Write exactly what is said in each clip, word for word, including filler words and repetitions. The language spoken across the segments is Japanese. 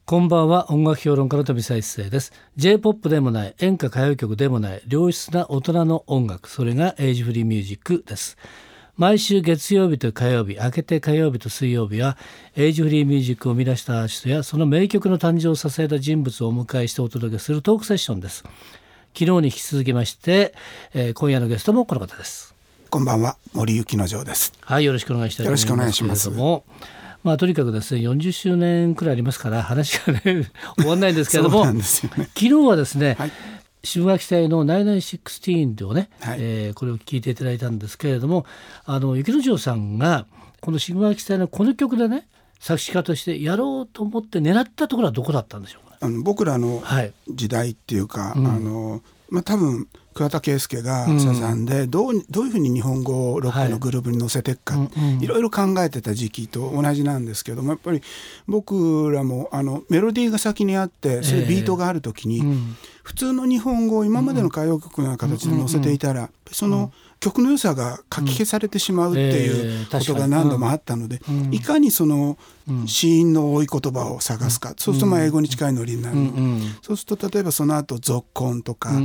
こんばんは。音楽評論家の富澤一世です。 J-ポップ でもない演歌歌謡曲でもない良質な大人の音楽、それがエイジフリーミュージックです。毎週月曜日と火曜日、明けて火曜日と水曜日はエイジフリーミュージックを生み出したアーティストやその名曲の誕生を支えた人物をお迎えしてお届けするトークセッションです。昨日に引き続きまして、えー、今夜のゲストもこの方です。 こんばんは、森幸之丞です。 はい、よろしくお願いしたいと思います。 よろしくお願いします。 まあ、とにかくですね、よんじゅっしゅうねんくらいありますから話がね終わらないんですけれども、 そうなんですよね。 昨日はですね、 はい、 シブガキ隊のナイナイシックスティーンをね、 はい、 えー、これを聞いていただいたんですけれども、あの幸之丞さんがこのシブガキ隊のこの曲でね、作詞家としてやろうと思って狙ったところはどこだったんでしょうか。 あの僕らの時代っていうか、はい、あのまあ、多分桑田佳祐がサザンでどう、どういうふうに日本語をロックのグループに乗せていくか、はい、いろいろ考えてた時期と同じなんですけども、やっぱり僕らもあのメロディーが先にあってそういうビートがある時に、えーうん、普通の日本語を今までの歌謡曲のような形で乗せていたら、その曲の良さがかき消されてしまうっていうことが何度もあったので、うんえーうん、いかにその子音の多い言葉を探すか、うん、そうするとまあ英語に近いノリになる、うん、そうすると例えばその後続婚とか、うん、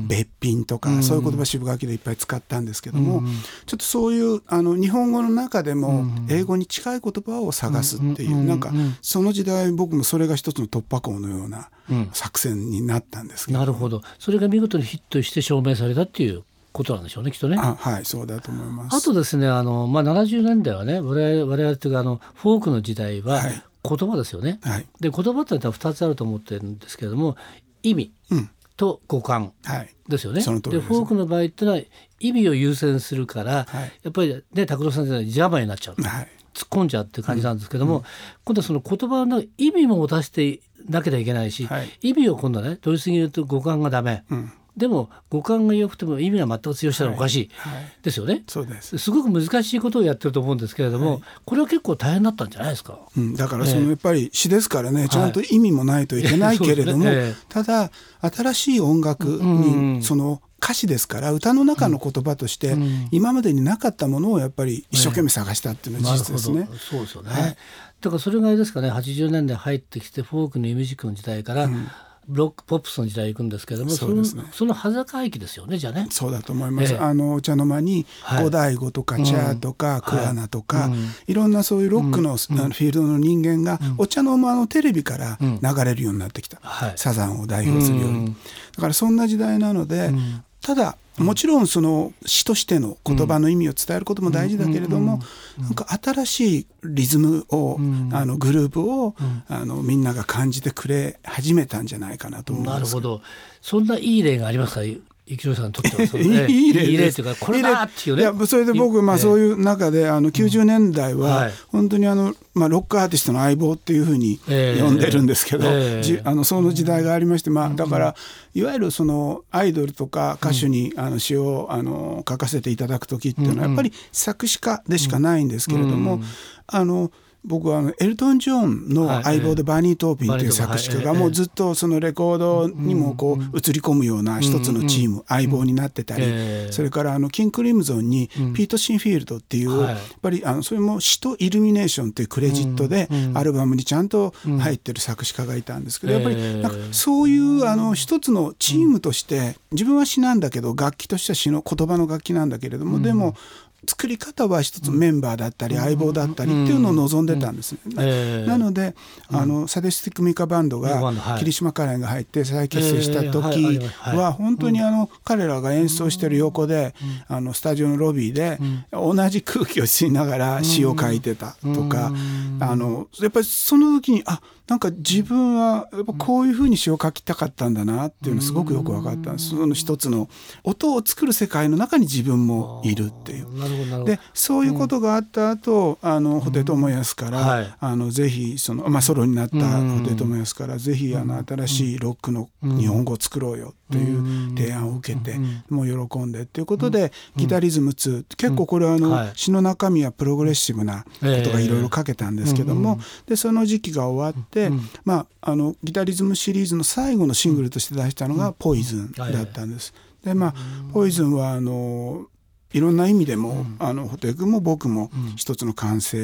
別品とか、うん、そういう言葉渋垣でいっぱい使ったんですけども、うん、ちょっとそういうあの日本語の中でも英語に近い言葉を探すっていう、うん、なんかその時代僕もそれが一つの突破口のような作戦になったんですけど、 うん、なるほど。それが見事にヒットして証明されたっていうことなんでしょうね、きっとね。 あ、はい、そうだと思います。 あとですね、あの、まあ、ななじゅうねんだいはね、我々、我々というかあのフォークの時代は言葉ですよね、はい、で言葉ってのはふたつあると思ってるんですけれども、意味と語感ですよね、はい、その通りです。でフォークの場合ってのは意味を優先するから、はい、やっぱりね、拓郎さんじゃない邪魔になっちゃう、はい、突っ込んじゃうっていう感じなんですけども、うんうん、今度はその言葉の意味も持たせてなければいけないし、はい、意味を今度はね取りすぎると語感がダメ、うん、でも語感が良くても意味が全く強したらおかしい、はいはい、ですよね。 そうです。 すごく難しいことをやってると思うんですけれども、はい、これは結構大変だったんじゃないですか、 うん、だからそのやっぱり詩ですからね、えー、ちゃんと意味もないといけないけれども、はいねえー、ただ新しい音楽にその歌詞ですから歌の中の言葉として今までになかったものをやっぱり一生懸命探したっていうのは事実ですね、 えー、なるほど。そうですよね、はい、だからそれがあれですかね、はちじゅうねんだい入ってきてフォークのミュージックの時代から、うんロックポップスの時代行くんですけれども、そうですね、その端境期ですよね、じゃあね。 そうだと思います、ええ、あのお茶の間に五醍醐とか茶とか桑名とか、はいうん、いろんなそういうロックの、うん、フィールドの人間が、うん、お茶の間のテレビから流れるようになってきた、うん、サザンを代表するように、うん、だからそんな時代なので、うん、ただもちろんその詩としての言葉の意味を伝えることも大事だけれども、なんか新しいリズムを、あのグループを、あのみんなが感じてくれ始めたんじゃないかなと思います。 なるほど。そんないい例がありますか、幸之丞さんにとっては。そいい例です。 いい例というかこれだっていうね。 いやそれで僕、まあ、そういう中であのきゅうじゅうねんだいは本当にあの、まあ、ロックアーティストの相棒っていうふうに呼んでるんですけど、えー、じあのその時代がありまして、まあ、だからいわゆるそのアイドルとか歌手にあの詩をあの書かせていただく時っていうのはやっぱり作詞家でしかないんですけれども、あの僕はあのエルトン・ジョンの相棒でバーニー・トーピンという作詞家がもうずっとそのレコードにもこう映り込むような一つのチーム相棒になってたり、それからあのキング・クリムゾンにピート・シンフィールドっていうやっぱりあのそれも詩とイルミネーションというクレジットでアルバムにちゃんと入ってる作詞家がいたんですけど、やっぱりなんかそういうあの一つのチームとして自分は詩なんだけど楽器としては詩の言葉の楽器なんだけれども、でも作り方は一つメンバーだったり相棒だったりっていうのを望んでたんですね、うんえー、なのであのサディスティックミカバンドが霧島カレンが入って再結成した時は本当にあの彼らが演奏してる横であのスタジオのロビーで同じ空気を吸いながら詩を書いてたとか、あのやっぱりその時にあなんか自分はやっぱこういうふうに詩を書きたかったんだなっていうのすごくよく分かったんです。その一つの音を作る世界の中に自分もいるっていう。でそういうことがあった後、あの布袋寅泰から、はい、あのぜひその、まあ、ソロになった布袋寅泰からぜひあの新しいロックの日本語を作ろうよっていう提案を受けて、もう喜んでっていうことでギタリズムツー結構これはあの、はい、詩の中身はプログレッシブなことがいろいろ書けたんですけども、でその時期が終わってでまあ、あのギタリズムシリーズの最後のシングルとして出したのがポイズンだったんです。でまあポイズンはあのいろんな意味でも、あの布袋君も僕も一つの完成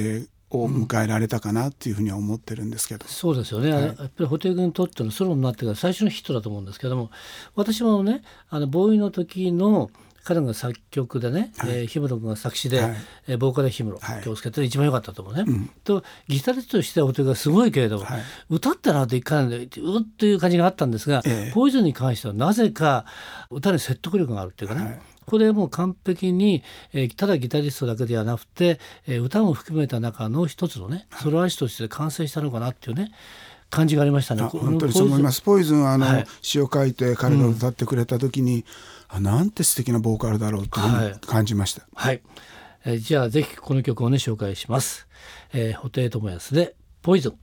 を迎えられたかなっていうふうには思ってるんですけど、うん、 そうですよね、はい、やっぱり布袋君にとってのソロになってから最初のヒットだと思うんですけども、私もねあのボーイの時の彼が作曲でね、はい、えー、氷室君が作詞で、はい、えー、ボーカル氷室京介って一番良かったと思うね、うん、とギタリストとしては布袋がすごいけれども、はい、歌ったらと一回でうっていう感じがあったんですが、えー、ポイズンに関してはなぜか歌に説得力があるっていうかね、はい、これもう完璧に、えー、ただギタリストだけではなくて、えー、歌も含めた中の一つのねソロアーティストとして完成したのかなっていうね感じがありましたね。 本当にそう思います。ポイズンはあの、はい、詩を書いて彼が歌ってくれた時に、うん、あなんて素敵なボーカルだろうという感じました。 はい、はい、えー、じゃあぜひこの曲をね紹介します。えー、布袋寅泰でポイズン。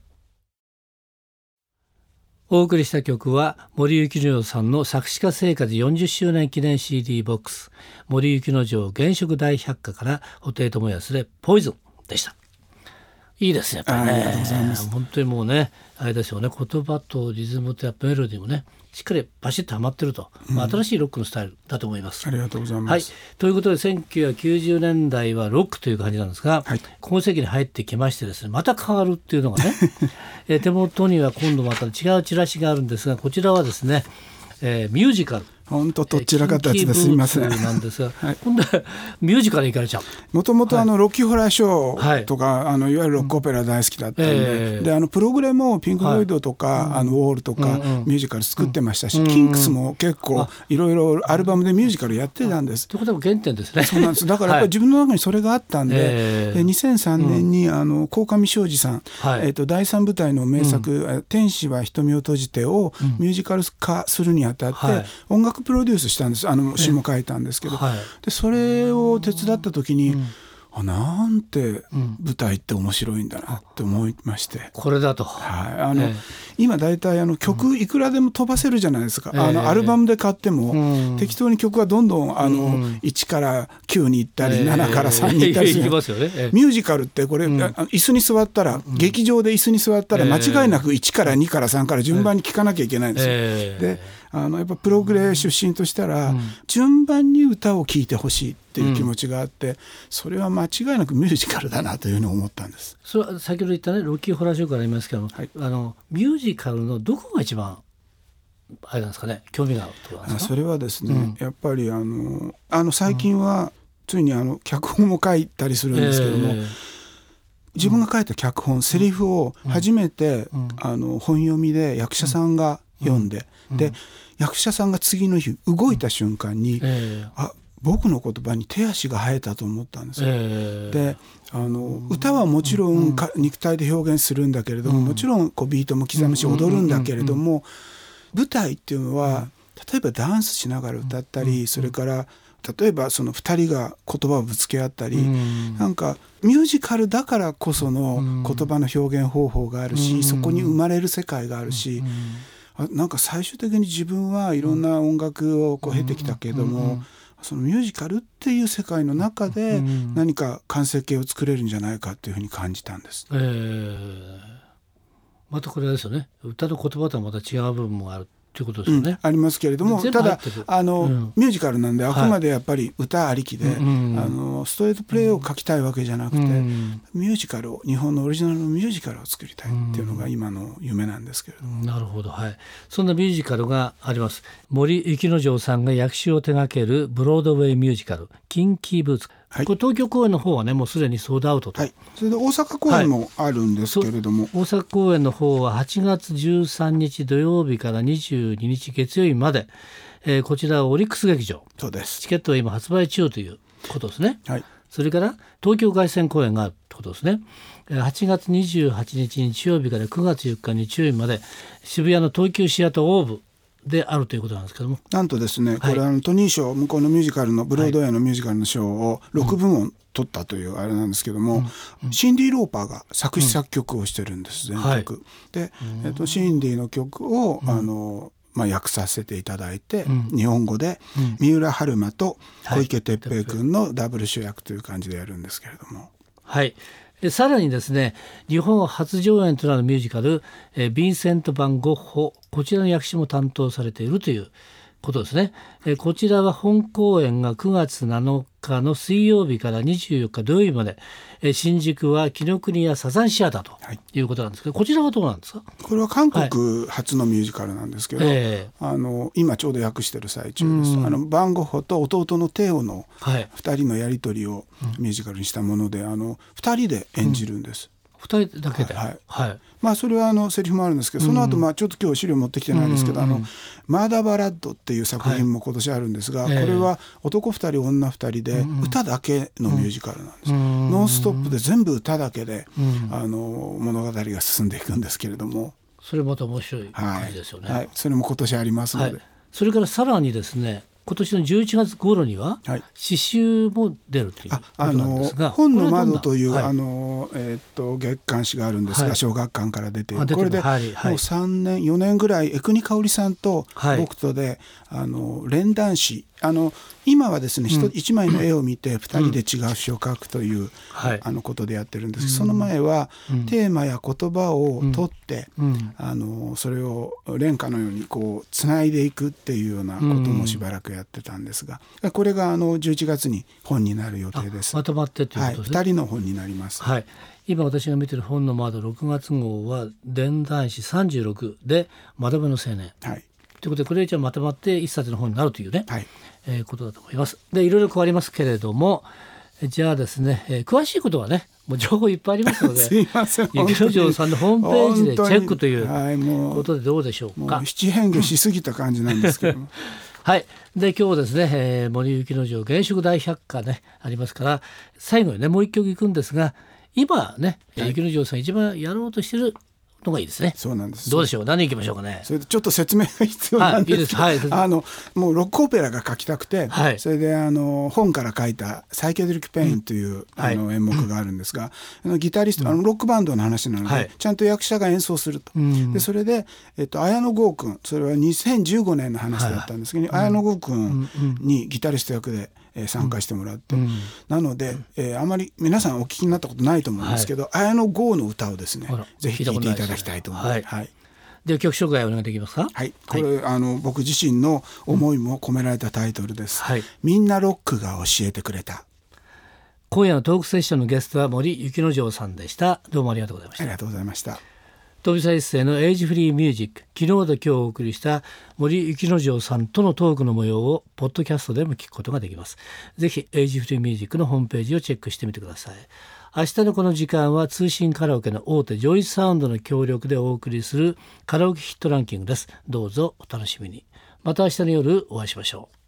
お送りした曲は森雪之丞さんの作詞家生活よんじゅっしゅうねん記念 シーディー ボックス森雪之丞原色大百科から布袋寅泰でポイズンでした。いいですねやっぱりね。 ありがとうございます。 本当にもうねあれですよね、言葉とリズムとやっぱメロディーもねしっかりバシッとはまってると、うん、まあ、新しいロックのスタイルだと思います。 ありがとうございます、 はい、ということでせんきゅうひゃくきゅうじゅうねんだいはロックという感じなんですが、はい、今世紀に入ってきましてですねまた変わるっていうのがねえ手元には今度また違うチラシがあるんですが、こちらはですね、えー、ミュージカル本当とっちらかったやつですみません。 なんですが、はい、今度はミュージカルに行かれちゃう。 もともとあのロッキーホラーショーとか、はい、あのいわゆるロックオペラ大好きだったんで、えー、であのプログラムをピンク・フロイドとか、はい、あのウォールとか、うんうん、ミュージカル作ってましたし、うんうん、キンクスも結構いろいろアルバムでミュージカルやってたんです。 ということは原点ですね。 そうなんです。だからやっぱり自分の中にそれがあったんで、はい、でにせんさんねんにあの鴻上尚史さん、はい、えー、とだいさん部隊の名作、うん、天使は瞳を閉じてをミュージカル化するにあたって、はい、音楽プロデュースしたんです。あの詩も書いたんですけど、はい、でそれを手伝った時に、うん、あなんて舞台って面白いんだなって思いまして、うん、 これだと、 はい、あの、えー、今だいたいあの曲いくらでも飛ばせるじゃないですか、うん、あのアルバムで買っても、えー、適当に曲がどんどんあの、うん、いちからきゅうに行ったり、えー、ななからさんに行ったりする、えーますよね、えー、ミュージカルってこれ、うん、椅子に座ったら、うん、劇場で椅子に座ったら間違いなくいちからにからさんから順番に聴かなきゃいけないんですよ、えー、であのやっぱプログレ出身としたら、うん、順番に歌を聴いてほしいっていう気持ちがあって、うん、それは間違いなくミュージカルだなというふうに思ったんです。 それは先ほど言ったねロッキーホラーショーから言いますけども、はい、あのミュージカルのどこが一番あれなんですかね興味があるところなんですか。 それはですね、うん、やっぱりあのあの最近はついにあの脚本も書いたりするんですけども、えー自分が書いた脚本、うん、セリフを初めて、うん、あの本読みで役者さんが読んで、うん、で役者さんが次の日動いた瞬間に、うんえー、あ僕の言葉に手足が生えたと思ったんですよ、えー、であの歌はもちろん、うん、肉体で表現するんだけれども、うん、もちろんこうビートも刻むし踊るんだけれども、うん、舞台っていうのは例えばダンスしながら歌ったり、うん、それから例えばそのふたりが言葉をぶつけ合ったり、うん、なんかミュージカルだからこその言葉の表現方法があるし、うん、そこに生まれる世界があるし、うん、あなんか最終的に自分はいろんな音楽をこう経てきたけれども、うん、そのミュージカルっていう世界の中で何か完成形を作れるんじゃないかっていうふうに感じたんです、えー、 またこれですよね、歌の言葉とはまた違う部分もあるということですよね、 うん、ありますけれども、ただあの、うん、ミュージカルなんであくまでやっぱり歌ありきで、はい、あのストレートプレイを書きたいわけじゃなくて、うん、ミュージカルを日本のオリジナルのミュージカルを作りたいっていうのが今の夢なんですけれども、 うん、なるほど、はい、そんなミュージカルがあります。森雪之丞さんが役詞を手掛けるブロードウェイミュージカルキンキーブーツ、はい、これ東京公演の方はねもうすでにソードアウトと、はい、 それで大阪公演もあるんですけれども、はい、 大阪公演の方ははちがつじゅうさんにち土曜日からにじゅうににち月曜日まで、えー、こちらはオリックス劇場、 そうです、 チケットは今発売中ということですね、 はい、 それから東京凱旋公演があるということですね。はちがつにじゅうはちにち日曜日からくがつゆっか日曜日まで渋谷の東急シアターオーブであるということなんですけども、 なんとですね、これ、はい、あのトニー賞向こうのミュージカルのブロードウェイのミュージカルの賞をろくぶもん取ったというあれなんですけども、うんうん、シンディ・ローパーが作詞作曲をしてるんです、うん、全曲、はい、で、えっと、シンディの曲を、うん、あのまあ、訳させていただいて、うん、日本語で、うん、三浦春馬と小池徹平君のダブル主役という感じでやるんですけれども、 はい、でさらにですね日本初上演となるミュージカル、えー、ヴィンセント・ヴァン・ゴッホ、こちらの役詞も担当されているということですね。えこちらは本公演がくがつなのかの水曜日からにじゅうよっか土曜日まで、え新宿は紀ノ国屋サザンシアターということなんですけど、はい、こちらはどうなんですか？ これは韓国初のミュージカルなんですけど、はいえー、あの今ちょうど訳している最中です。あのバンゴッホと弟のテオのふたりのやり取りをミュージカルにしたもので、あのふたりで演じるんです。 うんふたりだけで、 はいはい、まあ、それはあのセリフもあるんですけど、その後、まあちょっと今日資料持ってきてないんですけど、うん、あのマーダーバラッドっていう作品も今年あるんですが、はい、これは男ふたり女ふたりで歌だけのミュージカルなんです、うん、ノンストップで全部歌だけで、うん、あの物語が進んでいくんですけれども、 それまた面白い感じですよね、 はいはい、それも今年ありますので、はい、 それからさらにですね、今年のじゅういちがつ頃には詩集も出るということなんですが、 ああの本の窓という、はい、あのえー、っと月刊誌があるんですが、はい、小学館から出ている、これでもうさんねんよねんぐらい江国香織さんと僕とで、はい、あの連弾誌、あの今はですね、うん、いちまいの絵を見てふたりで違う詩を書くという、うん、あのことでやってるんです、うん、その前は、うん、テーマや言葉を取って、うん、あのそれを連歌のようにこうつないでいくっていうようなこともしばらくやってたんですが、これがあのじゅういちがつに本になる予定です。 まとまってということですね、はい、 ふたりの本になります、 はい、今私が見てる本の窓ろくがつ号は伝談誌さんじゅうろくで窓辺の青年、はい、ということでこれ以上まとまって一冊の本になるというね、はい、えー、ことだと思います。でいろいろ変わりますけれども、じゃあですね、えー、詳しいことはねもう情報いっぱいありますので、 すいません、 雪之丞さんのホームページでチェックということでどうでしょうか。 もう七変化しすぎた感じなんですけどはい、で今日ですね、えー、森雪之丞原色大百科ねありますから、最後にねもう一曲いくんですが、今ね、はい、雪之丞さん一番やろうとしてるのがいいですね。 そうなんです。 どうでしょう、何いきましょうかね。 それでちょっと説明が必要なんですけど、はい、いいです、はい、あのもうロックオペラが書きたくて、はい、それであの本から書いたサイケデリックペインという、うん、あの演目があるんですが、うん、ギタリスト、あのロックバンドの話なので、はい、ちゃんと役者が演奏すると、うん、でそれで、えっと、綾野剛君、それはにせんじゅうごねんの話だったんですけど、はい、綾野剛君にギタリスト役でえー、参加してもらって、うん、なので、えー、あまり皆さんお聞きになったことないと思うんですけど、はい、綾野剛の歌をですねぜひ聴いていただきたいと思います。はいはい、 では曲紹介お願いできますか。 はい、これ、はい、あの僕自身の思いも込められたタイトルです、はい、みんなロックが教えてくれた。 今夜のトークセッションのゲストは森雪之丞さんでした。どうもありがとうございました。 ありがとうございました。 飛び一世のエイジフリーミュージック、昨日と今日お送りした森雪之丞さんとのトークの模様をポッドキャストでも聞くことができます。ぜひエイジフリーミュージックのホームページをチェックしてみてください。明日のこの時間は通信カラオケの大手ジョイサウンドの協力でお送りするカラオケヒットランキングです。どうぞお楽しみに。また明日の夜お会いしましょう。